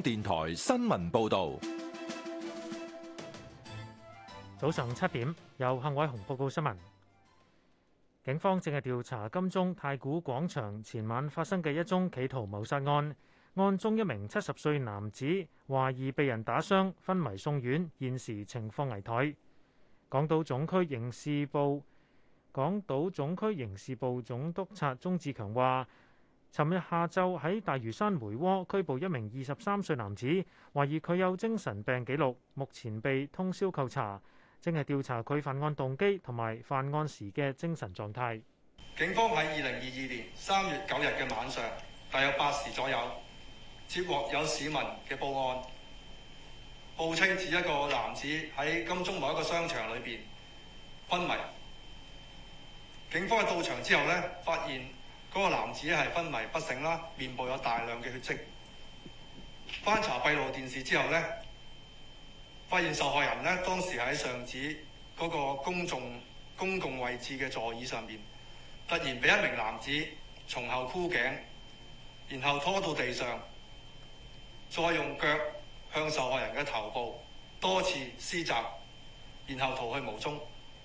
電台新聞報導。 早上7點，由幸偉雄報告新聞。警方正係調查金鐘太古廣場前晚發生嘅一宗企圖謀殺案，案中一名70歲男子懷疑被人打傷，昏迷送院，現時情況危殆。港島總區刑事部總督察鍾志強話，尋日下晝喺大嶼山梅窩拘捕一名23歲男子，懷疑佢有精神病記錄，目前被通宵扣查，正係調查佢犯案動機同埋犯案時嘅精神狀態。 警方喺2022年3月9日嘅晚上，大約8時左右，接獲有市民嘅報案，報稱指一個男子喺金鐘某一個商場裏邊昏迷。警方喺到場之後呢，發現嗰個男子係昏迷不醒啦，面部有大量嘅血跡。翻查閉路電視之後呢，發現受害人呢當時喺上址嗰個公共位置嘅座椅上面，突然被一名男子從後箍頸，然後拖到地上，再用腳向受害人嘅頭部多次施襲，然後逃去無蹤。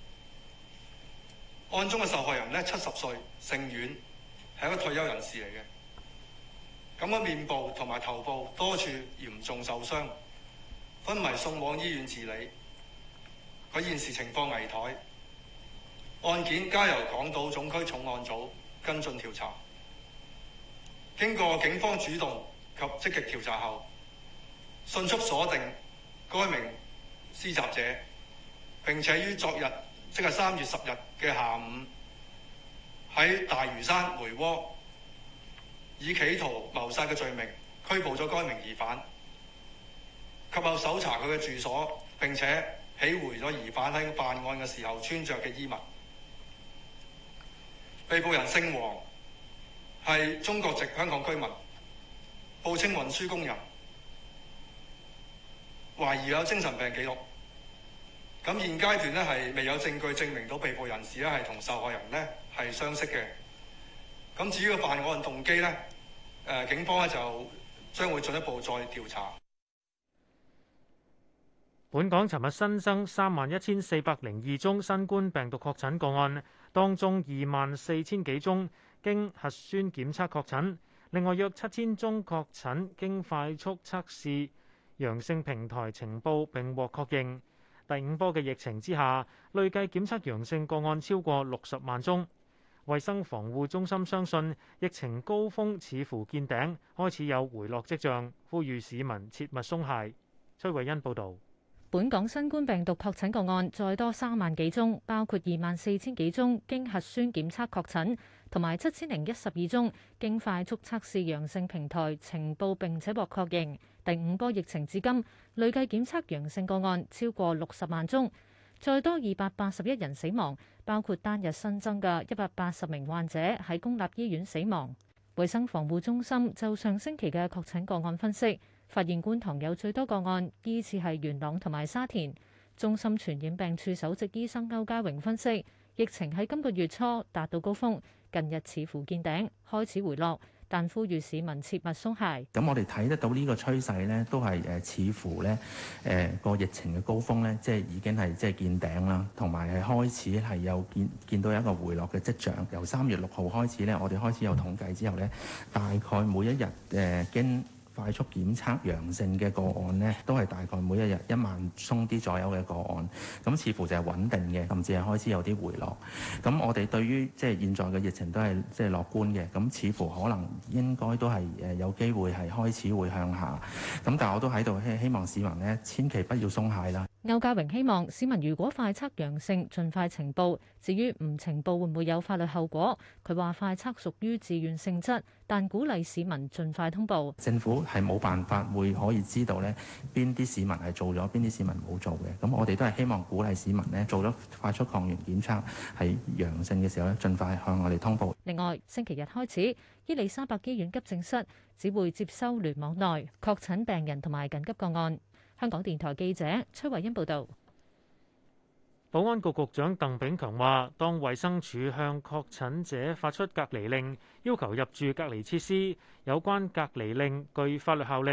案中嘅受害人呢70歲，姓阮，係一個退休人士嚟嘅。咁嘅面部同埋頭部多處嚴重受傷，昏迷送往醫院治理。佢現時情況危殆。案件交由港島總區重案組跟進調查。經過警方主動及積極調查後，迅速鎖定該名施襲者，並且於昨日，即係3月10日嘅下午，喺大嶼山梅窩以企圖謀殺嘅罪名拘捕咗該名疑犯，及後搜查佢嘅住所，並且起回咗疑犯喺犯案嘅時候穿着嘅衣物。被捕人姓黃，係中國籍香港居民，報稱運輸工人，懷疑有精神病記錄。咁現階段呢係未有證據證明到被捕人士呢係同受害人呢係相識嘅。咁至於個犯案動機呢，警方呢就將會進一步再調查。 本港尋日新增31,402宗新冠病毒確診個案，當中24,000幾宗經核酸檢測確診，另外約7,000宗確診經快速測試陽性平台呈報並獲確認。第5波嘅疫情之下，累計檢測陽性個案超過60萬宗。衛生防護中心相信疫情高峰似乎見頂，開始有回落跡象，呼籲市民切勿鬆懈。崔慧欣報導。 本港新冠病毒確診個案再多3萬幾宗，包括24,000幾宗經核酸檢測確診，同埋7,012宗經快速測試陽性平台呈報並且獲確認。第5波疫情至今，累計檢測陽性個案超過60萬宗，再多281人死亡，包括單日新增嘅180名患者喺公立醫院死亡。衛生防護中心就上星期嘅確診個案分析，發現觀塘有最多個案，依次係元朗同埋沙田。中心傳染病處首席醫生歐家榮分析，疫情喺今個月初達到高峰，近日似乎見頂，開始回落，但呼籲市民切勿鬆懈。 咁我哋睇得到呢個趨勢呢，都係似乎呢個疫情嘅高峰呢，即係已經係即係見頂啦，同埋係開始係有見到一個回落嘅跡象。由3月6號開始呢，我哋開始有統計之後呢，大概每一日經快速檢測陽性嘅個案呢，都係大概每一日1萬鬆啲左右嘅個案，咁似乎就係穩定嘅，甚至係開始有啲回落。咁我哋對於即係現在嘅疫情都係即係樂觀嘅，咁似乎可能應該都係有機會係開始會向下。咁但係我都喺度希望市民呢，千祈不要鬆懈啦。 歐家榮希望市民如果快測陽性，盡快呈報。至於唔呈報會唔會有法律後果？佢話快測屬於自願性質，但鼓勵市民盡快通報。 政府係冇辦法可以知道呢邊啲市民係做咗，邊啲市民冇做嘅。咁我哋都係希望鼓勵市民呢，做咗快速抗原檢測係陽性嘅時候呢，盡快向我哋通報。 另外，星期日開始，伊利沙伯醫院急症室只會接收聯網內確診病人同埋緊急個案。香港電台記者崔慧欣報道。 保安局局長鄧炳強話，當衛生署向確診者發出隔離令，要求入住隔離設施，有關隔離令具法律效力，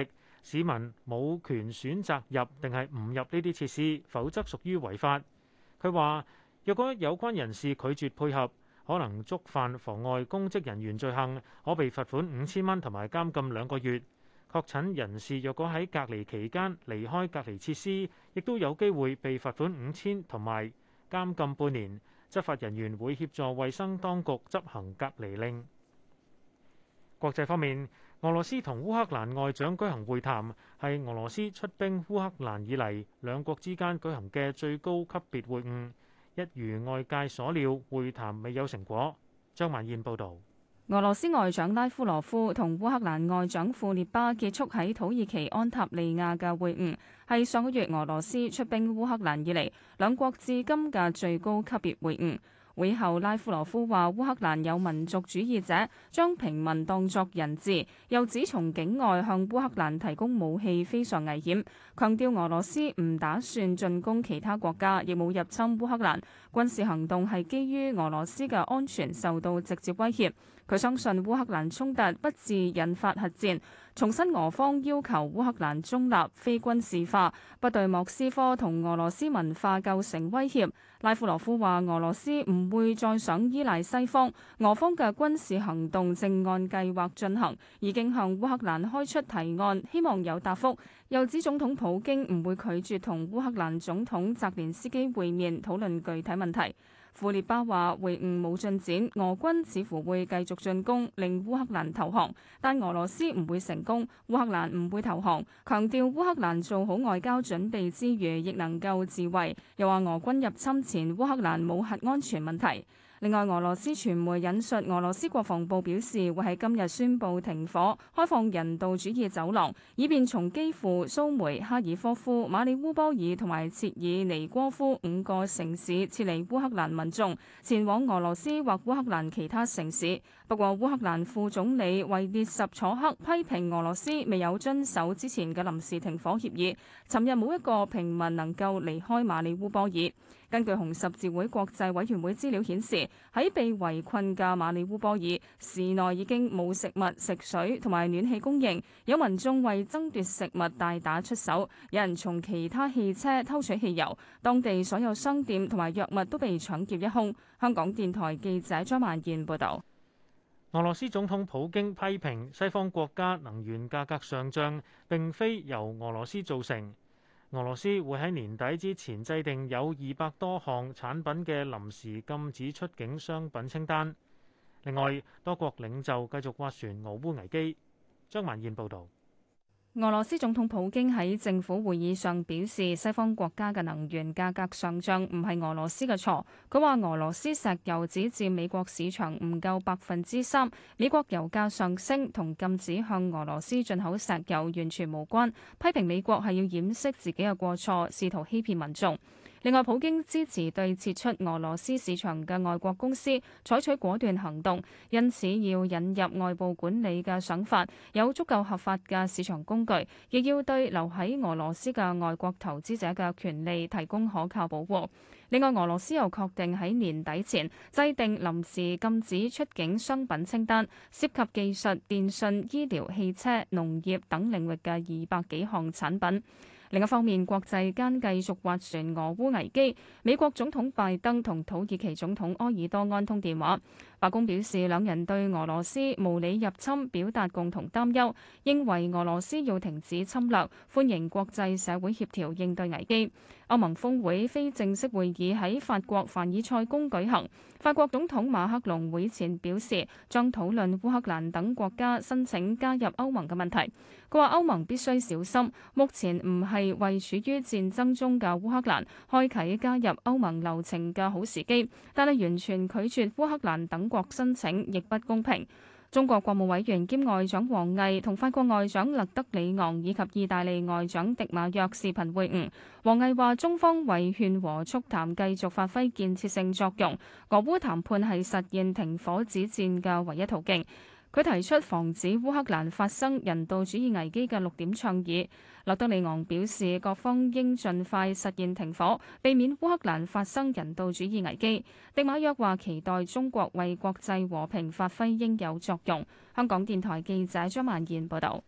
市民冇權選擇入定係唔入呢啲設施，否則屬於違法。佢話：若果有關人士拒絕配合，可能觸犯妨礙公職人員罪行，可被罰款5000蚊同埋監禁2個月。確診人士若果喺隔離期間離開隔離設施，亦都有機會被罰款5000同埋監禁半年。執法人員會協助衛生當局執行隔離令。國際方面，俄羅斯同烏克蘭外長舉行會談，係俄羅斯出兵烏克蘭以嚟兩國之間舉行嘅最高級別會晤。一如外界所料，會談未有成果。張曼燕報導。 俄羅斯外長拉夫羅夫同烏克蘭外長庫列巴結束喺土耳其安塔利亞嘅會晤，係上個月俄羅斯出兵烏克蘭以嚟兩國至今嘅最高級別會晤。會後，拉夫羅夫話烏克蘭有民族主義者將平民當作人質，又指從境外向烏克蘭提供武器非常危險，強調俄羅斯唔打算進攻其他國家，亦冇入侵烏克蘭。軍事行動係基於俄羅斯嘅安全受到直接威脅。佢相信烏克蘭衝突不致引發核戰，重申俄方要求烏克蘭中立、非軍事化，不對莫斯科同俄羅斯文化構成威脅。拉夫羅夫話：俄羅斯唔會再想依賴西方，俄方嘅軍事行動正按計劃進行，已經向烏克蘭開出提案，希望有答覆。又指總統普京唔會拒絕同烏克蘭總統澤連斯基會面，討論具體問題。庫列巴話：會晤冇進展，俄軍似乎會繼續進攻，令烏克蘭投降，但俄羅斯唔會成功，烏克蘭唔會投降。強調烏克蘭做好外交準備之餘，亦能夠自衛。又話俄軍入侵前，烏克蘭冇核安全問題。另外，俄羅斯傳媒引述俄羅斯國防部表示，會喺今日宣布停火，開放人道主義走廊，以便從基輔、蘇梅、哈爾科夫、馬里烏波爾同埋切爾尼戈夫5個城市撤離烏克蘭民眾，前往俄羅斯或烏克蘭其他城市。不過，烏克蘭副總理維列什楚克批評俄羅斯未有遵守之前嘅臨時停火協議，尋日冇一個平民能夠離開馬里烏波爾。根據紅十字會國際委員會資料顯示，喺被圍困嘅馬里烏波爾市內已經冇食物、食水同埋暖氣供應，有民眾為爭奪食物大打出手，有人從其他汽車偷取汽油，當地所有商店同埋藥物都被搶劫一空。香港電台記者張曼燕報導。 俄羅斯總統普京批評西方國家能源價格上漲並非由俄羅斯造成。俄羅斯會喺年底之前制定有200多項產品嘅臨時禁止出境商品清單。另外，多國領袖繼續斡旋俄烏危機。張曼燕報導。 俄羅斯總統普京喺政府會議上表示，西方國家嘅能源價格上漲唔係俄羅斯嘅錯。佢話俄羅斯石油只佔美國市場唔夠3%，美國油價上升同禁止向俄羅斯進口石油完全無關，批評美國係要掩飾自己嘅過錯，試圖欺騙民眾。另外，普京支持對撤出俄羅斯市場嘅外國公司採取果斷行動，因此要引入外部管理嘅想法，有足夠合法嘅市場工具，亦要對留喺俄羅斯嘅外國投資者嘅權利提供可靠保護。另外，俄羅斯又確定喺年底前制定臨時禁止出境商品清單，涉及技術、電訊、醫療、汽車、農業等領域嘅200幾項產品。另一方面，國際間繼續斡旋俄烏危機。美國總統拜登同土耳其總統埃爾多安通電話，白宮表示兩人對俄羅斯無理入侵表達共同擔憂，認為俄羅斯要停止侵略，歡迎國際社會協調應對危機。歐盟峰會非正式會議喺法國凡爾賽宮舉行，法國總統馬克龍會前表示將討論烏克蘭等國家申請加入歐盟嘅問題。佢話歐盟必須小心，目前唔係為處於戰爭中嘅烏克蘭開啟加入歐盟流程嘅好時機，但係完全拒絕烏克蘭等國申請亦不公平。中國國務委員兼外長王毅同法國外長勒德里昂以及意大利外長迪馬約視頻會晤。王毅話：中方為勸和促談繼續發揮建設性作用，俄烏談判係實現停火止戰嘅唯一途徑。佢提出防止烏克蘭發生人道主義危機嘅6點倡議。勒德里昂表示，各方應盡快實現停火，避免烏克蘭發生人道主義危機。迪馬約話期待中國為國際和平發揮應有作用。香港電台記者張曼燕報導。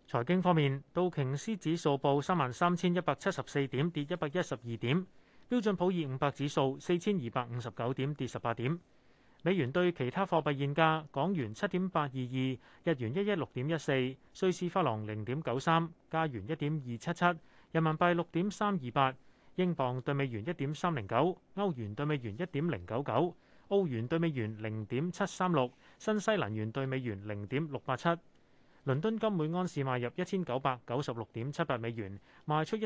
財經方面，道瓊斯指數報33,174點，跌112點；標準普爾500指數4,259點，跌18點。美元對其他貨幣現價：港元7.822，日元116.14，瑞士法郎0.93，加元1.277，人民幣6.328，英鎊對美元1.309，歐元對美元1.099，澳元對美元0.736，新西蘭元對美元0.687。倫敦金每安士買入1996.78美元，賣出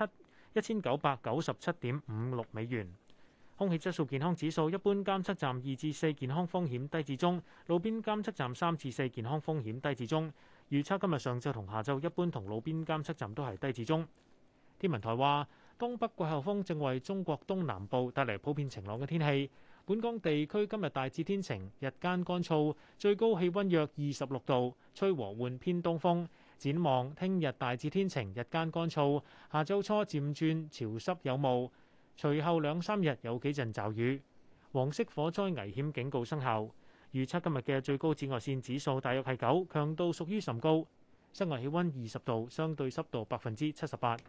1997.56美元。空氣質素健康指數一般監測站2至4健康風險低至中，路邊監測站3至4健康風險低至中。預測今日上晝同下晝一般同路邊監測站都係低至中。天文台話，東北季候風正為中國東南部帶嚟普遍晴朗嘅天氣。本港地區今日大致天晴，日間乾燥，最高氣温約26度，吹和緩偏東風。展望聽日大致天晴，日間乾燥，下週初漸轉潮濕有霧，隨後2、3日有幾陣驟雨。黃色火災危險警告生效。預測今日嘅最高紫外線指數大約係9，強度屬於甚高。室外氣温20度，相對濕度78%。